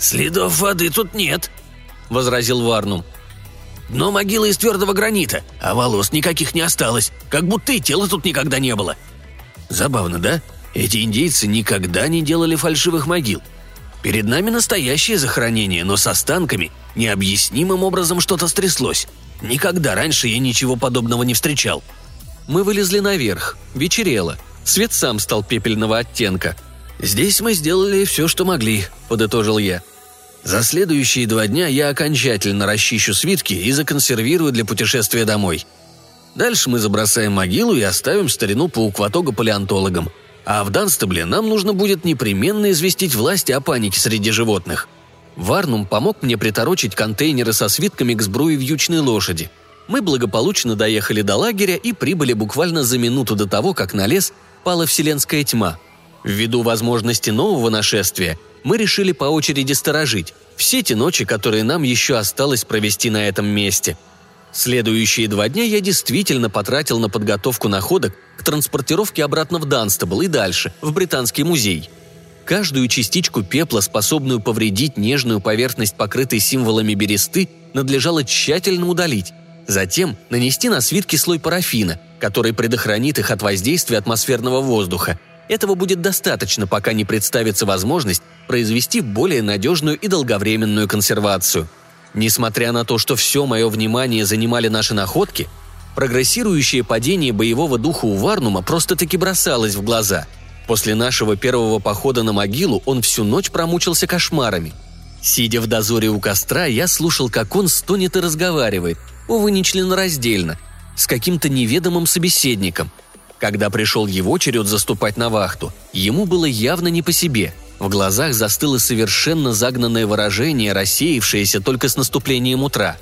«Следов воды тут нет», — возразил Варнум. «Дно могилы из твердого гранита, а волос никаких не осталось, как будто и тела тут никогда не было». Забавно, да? Эти индейцы никогда не делали фальшивых могил. Перед нами настоящее захоронение, но с останками необъяснимым образом что-то стряслось. Никогда раньше я ничего подобного не встречал.
Мы вылезли наверх. Вечерело. Свет сам стал пепельного оттенка.
«Здесь мы сделали все, что могли», — подытожил я. «За следующие 2 дня я окончательно расчищу свитки и законсервирую для путешествия домой. Дальше мы забросаем могилу и оставим старину Паукватога палеонтологам. А в Данстебле нам нужно будет непременно известить власти о панике среди животных».
Варнум помог мне приторочить контейнеры со свитками к сбруе вьючной лошади. Мы благополучно доехали до лагеря и прибыли буквально за минуту до того, как на лес пала вселенская тьма. Ввиду возможности нового нашествия, мы решили по очереди сторожить все те ночи, которые нам еще осталось провести на этом месте. Следующие 2 дня я действительно потратил на подготовку находок к транспортировке обратно в Данстебл и дальше, в Британский музей. Каждую частичку пепла, способную повредить нежную поверхность, покрытой символами бересты, надлежало тщательно удалить. Затем нанести на свитки слой парафина, который предохранит их от воздействия атмосферного воздуха. Этого будет достаточно, пока не представится возможность произвести более надежную и долговременную консервацию. Несмотря на то, что все мое внимание занимали наши находки, прогрессирующее падение боевого духа у Варнума просто-таки бросалось в глаза. После нашего первого похода на могилу он всю ночь промучился кошмарами. Сидя в дозоре у костра, я слушал, как он стонет и разговаривает, увы, нечленораздельно, с каким-то неведомым собеседником. Когда пришел его черед заступать на вахту, ему было явно не по себе. В глазах застыло совершенно загнанное выражение, рассеявшееся только с наступлением утра.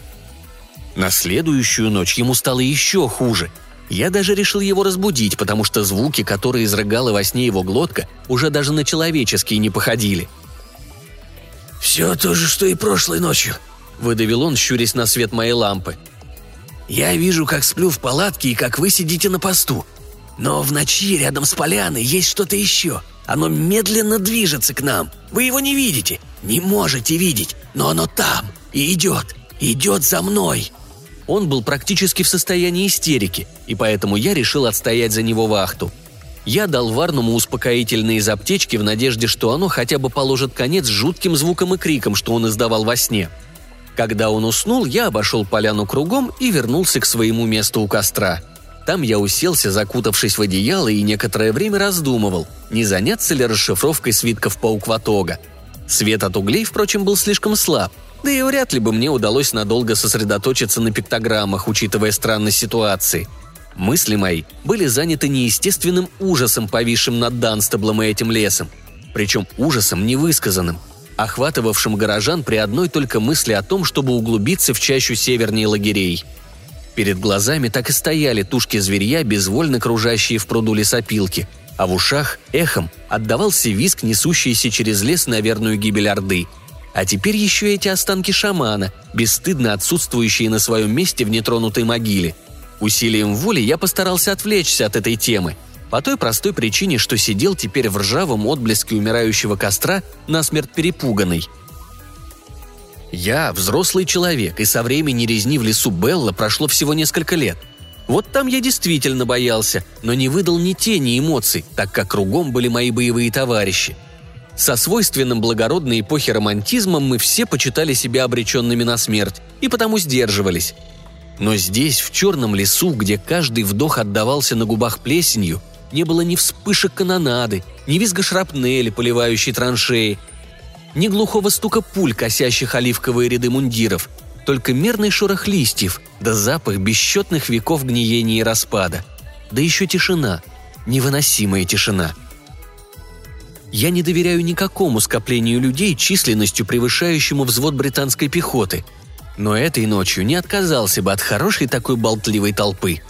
На следующую ночь ему стало еще хуже. Я даже решил его разбудить, потому что звуки, которые изрыгала во сне его глотка, уже даже на человеческие не походили.
«Все то же, что и прошлой ночью», — выдавил он, щурясь на свет моей лампы. «Я вижу, как сплю в палатке и как вы сидите на посту. Но в ночи рядом с поляной есть что-то еще. Оно медленно движется к нам. Вы его не видите, не можете видеть, но оно там и идет за мной».
Он был практически в состоянии истерики, и поэтому я решил отстоять за него вахту. Я дал Варнуму успокоительное из аптечки в надежде, что оно хотя бы положит конец жутким звукам и крикам, что он издавал во сне. Когда он уснул, я обошел поляну кругом и вернулся к своему месту у костра. Там я уселся, закутавшись в одеяло, и некоторое время раздумывал, не заняться ли расшифровкой свитков Паукватога. Свет от углей, впрочем, был слишком слаб, да и вряд ли бы мне удалось надолго сосредоточиться на пиктограммах, учитывая странность ситуации. Мысли мои были заняты неестественным ужасом, повисшим над Данстеблом и этим лесом. Причем ужасом невысказанным, охватывавшим горожан при одной только мысли о том, чтобы углубиться в чащу севернее лагерей. Перед глазами так и стояли тушки зверья, безвольно кружащие в пруду лесопилки, а в ушах эхом отдавался визг, несущийся через лес на верную гибель Орды. А теперь еще эти останки шамана, бесстыдно отсутствующие на своем месте в нетронутой могиле. Усилием воли я постарался отвлечься от этой темы, по той простой причине, что сидел теперь в ржавом отблеске умирающего костра, насмерть перепуганный. Я взрослый человек, и со времени резни в лесу Белла прошло всего несколько лет. Вот там я действительно боялся, но не выдал ни тени эмоций, так как кругом были мои боевые товарищи. Со свойственным благородной эпохе романтизмом мы все почитали себя обреченными на смерть и потому сдерживались. Но здесь, в черном лесу, где каждый вдох отдавался на губах плесенью, не было ни вспышек канонады, ни визга шрапнели, поливающей траншеи, ни глухого стука пуль, косящих оливковые ряды мундиров, только мерный шорох листьев, да запах бесчетных веков гниения и распада. Да еще тишина, невыносимая тишина. Я не доверяю никакому скоплению людей численностью, превышающему взвод британской пехоты, но этой ночью не отказался бы от хорошей такой болтливой толпы.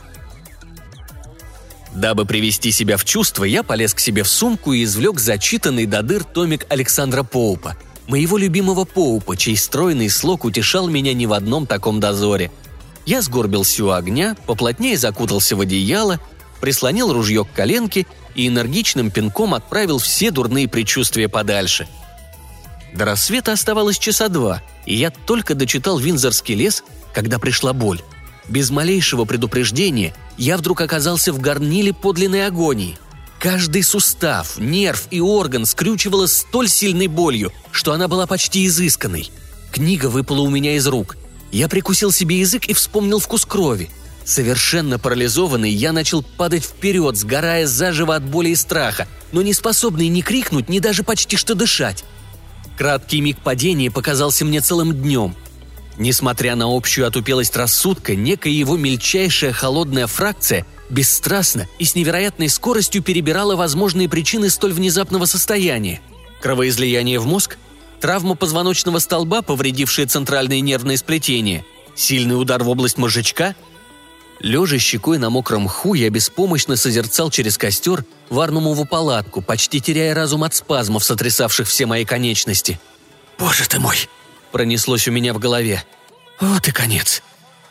Дабы привести себя в чувство, я полез к себе в сумку и извлек зачитанный до дыр томик Александра Поупа, моего любимого Поупа, чей стройный слог утешал меня ни в одном таком дозоре. Я сгорбился у огня, поплотнее закутался в одеяло, прислонил ружье к коленке и энергичным пинком отправил все дурные предчувствия подальше. До рассвета оставалось часа 2, и я только дочитал Виндзорский лес, когда пришла боль. Без малейшего предупреждения я вдруг оказался в горниле подлинной агонии. Каждый сустав, нерв и орган скрючивало столь сильной болью, что она была почти изысканной. Книга выпала у меня из рук. Я прикусил себе язык и вспомнил вкус крови. Совершенно парализованный, я начал падать вперед, сгорая заживо от боли и страха, но не способный ни крикнуть, ни даже почти что дышать. Краткий миг падения показался мне целым днем. Несмотря на общую отупелость рассудка, некая его мельчайшая холодная фракция бесстрастно и с невероятной скоростью перебирала возможные причины столь внезапного состояния. Кровоизлияние в мозг, травма позвоночного столба, повредившая центральные нервные сплетения, сильный удар в область мозжечка. Лежа щекой на мокром мху, я беспомощно созерцал через костер Варнумову палатку, почти теряя разум от спазмов, сотрясавших все мои конечности. «Боже ты мой!» – пронеслось у меня в голове. «Вот и конец!»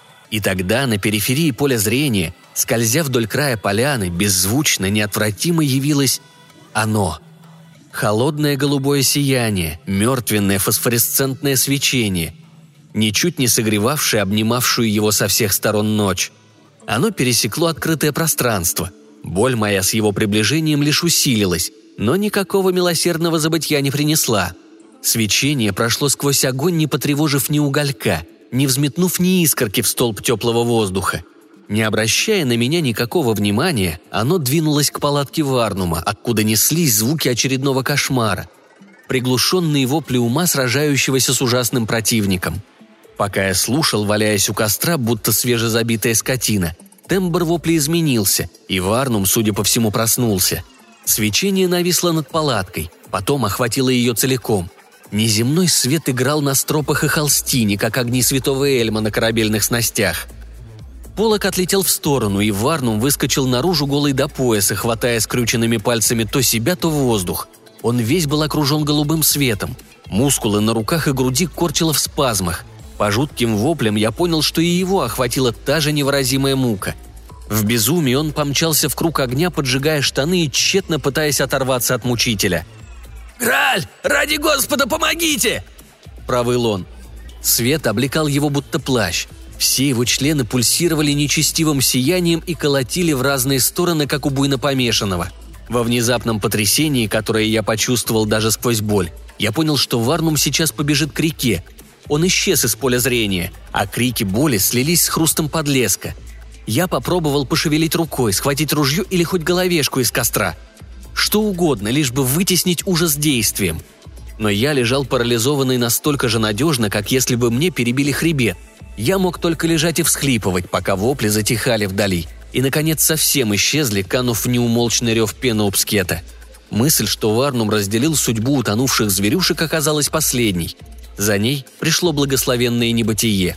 И тогда на периферии поля зрения, скользя вдоль края поляны, беззвучно, неотвратимо явилось оно. Холодное голубое сияние, мертвенное фосфоресцентное свечение, ничуть не согревавшее обнимавшую его со всех сторон ночь. Оно пересекло открытое пространство. Боль моя с его приближением лишь усилилась, но никакого милосердного забытья не принесла. Свечение прошло сквозь огонь, не потревожив ни уголька, не взметнув ни искорки в столб теплого воздуха. Не обращая на меня никакого внимания, оно двинулось к палатке Варнума, откуда неслись звуки очередного кошмара. Приглушенные вопли ума, сражающегося с ужасным противником. Пока я слушал, валяясь у костра, будто свежезабитая скотина, тембр вопли изменился, и Варнум, судя по всему, проснулся. Свечение нависло над палаткой, потом охватило ее целиком. Неземной свет играл на стропах и холстине, как огни святого Эльма на корабельных снастях. Полог отлетел в сторону, и Варнум выскочил наружу голый до пояса, хватая скрюченными пальцами то себя, то воздух. Он весь был окружен голубым светом. Мускулы на руках и груди корчило в спазмах. По жутким воплям я понял, что и его охватила та же невыразимая мука. В безумии он помчался в круг огня, поджигая штаны и тщетно пытаясь оторваться от мучителя.
«Грааль, ради Господа, помогите!»
– провыл он. Свет облекал его будто плащ. Все его члены пульсировали нечестивым сиянием и колотили в разные стороны, как у буйно помешанного. Во внезапном потрясении, которое я почувствовал даже сквозь боль, я понял, что Варнум сейчас побежит к реке. Он исчез из поля зрения, а крики боли слились с хрустом подлеска. Я попробовал пошевелить рукой, схватить ружье или хоть головешку из костра. Что угодно, лишь бы вытеснить ужас действием. Но я лежал парализованный настолько же надежно, как если бы мне перебили хребет. Я мог только лежать и всхлипывать, пока вопли затихали вдали. И, наконец, совсем исчезли, канув в неумолчный рев Пеноупскета. Мысль, что Варнум разделил судьбу утонувших зверюшек, оказалась последней. За ней пришло благословенное небытие.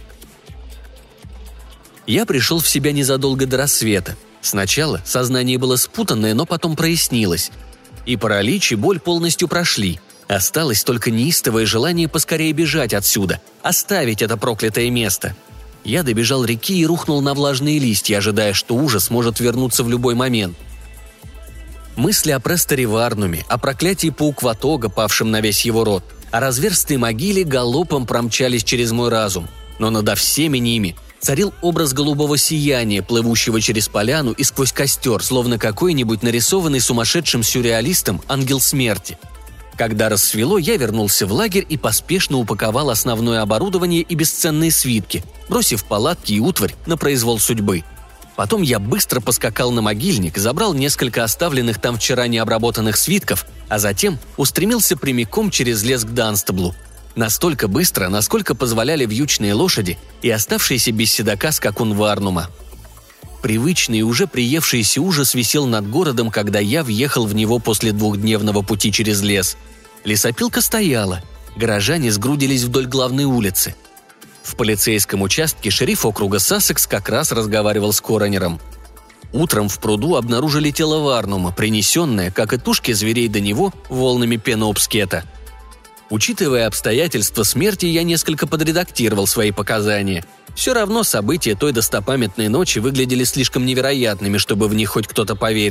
Я пришел в себя незадолго до рассвета. Сначала сознание было спутанное, но потом прояснилось. И паралич, и боль полностью прошли. Осталось только неистовое желание поскорее бежать отсюда, оставить это проклятое место. Я добежал реки и рухнул на влажные листья, ожидая, что ужас может вернуться в любой момент. Мысли о Престоре Варнуме, о проклятии Паукватога, павшем на весь его род, о разверстой могиле галопом промчались через мой разум. Но надо всеми ними царил образ голубого сияния, плывущего через поляну и сквозь костер, словно какой-нибудь нарисованный сумасшедшим сюрреалистом ангел смерти. Когда рассвело, я вернулся в лагерь и поспешно упаковал основное оборудование и бесценные свитки, бросив палатки и утварь на произвол судьбы. Потом я быстро поскакал на могильник, забрал несколько оставленных там вчера необработанных свитков, а затем устремился прямиком через лес к Данстеблу. Настолько быстро, насколько позволяли вьючные лошади и оставшийся без седока скакун Варнума. Привычный и уже приевшийся ужас висел над городом, когда я въехал в него после двухдневного пути через лес. Лесопилка стояла, горожане сгрудились вдоль главной улицы. В полицейском участке шериф округа Сассекс как раз разговаривал с коронером. Утром в пруду обнаружили тело Варнума, принесенное, как и тушки зверей до него, волнами Пеноупскета. Учитывая обстоятельства смерти, я несколько подредактировал свои показания. Все равно события той достопамятной ночи выглядели слишком невероятными, чтобы в них хоть кто-то поверил.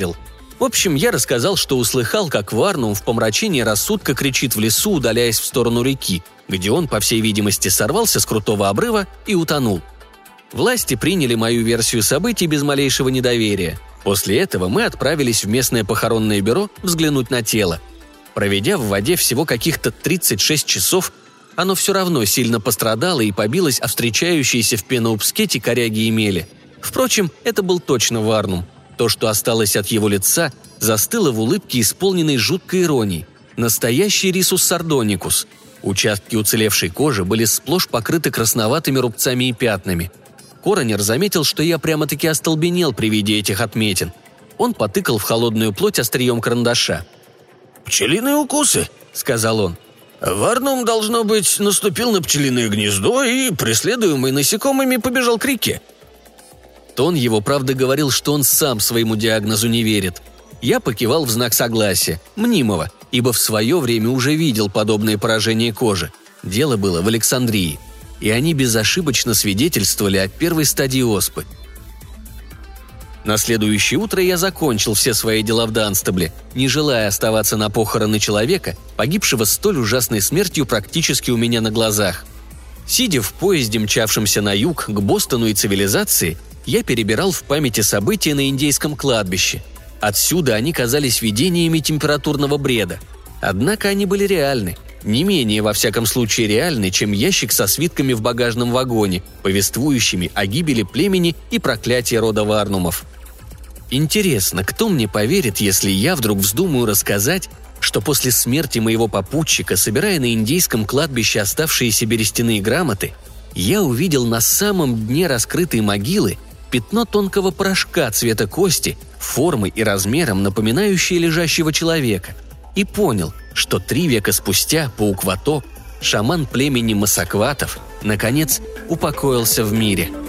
В общем, я рассказал, что услыхал, как Варнум в помрачении рассудка кричит в лесу, удаляясь в сторону реки, где он, по всей видимости, сорвался с крутого обрыва и утонул. Власти приняли мою версию событий без малейшего недоверия. После этого мы отправились в местное похоронное бюро взглянуть на тело. Проведя в воде всего каких-то 36 часов, оно все равно сильно пострадало и побилось о встречающиеся в Пеноупскете коряги и мели. Впрочем, это был точно Варнум. То, что осталось от его лица, застыло в улыбке, исполненной жуткой иронии. Настоящий рисус сардоникус. Участки уцелевшей кожи были сплошь покрыты красноватыми рубцами и пятнами. Коронер заметил, что я прямо-таки остолбенел при виде этих отметин. Он потыкал в холодную плоть острием карандаша.
«Пчелиные укусы», — сказал он. «Варнум, должно быть, наступил на пчелиное гнездо и, преследуемый насекомыми, побежал к реке».
Тон его, правда, говорил, что он сам своему диагнозу не верит. Я покивал в знак согласия, мнимого, ибо в свое время уже видел подобные поражения кожи. Дело было в Александрии, и они безошибочно свидетельствовали о первой стадии оспы. На следующее утро я закончил все свои дела в Данстебле, не желая оставаться на похороны человека, погибшего столь ужасной смертью практически у меня на глазах. Сидя в поезде, мчавшемся на юг, к Бостону и цивилизации, я перебирал в памяти события на индейском кладбище. Отсюда они казались видениями температурного бреда. Однако они были реальны. Не менее, во всяком случае, реальны, чем ящик со свитками в багажном вагоне, повествующими о гибели племени и проклятии рода Варнумов. Интересно, кто мне поверит, если я вдруг вздумаю рассказать, что после смерти моего попутчика, собирая на индейском кладбище оставшиеся берестяные грамоты, я увидел на самом дне раскрытой могилы пятно тонкого порошка цвета кости, формой и размером напоминающее лежащего человека, и понял, что 3 века спустя Паукватоп, шаман племени Массакватов, наконец упокоился в мире.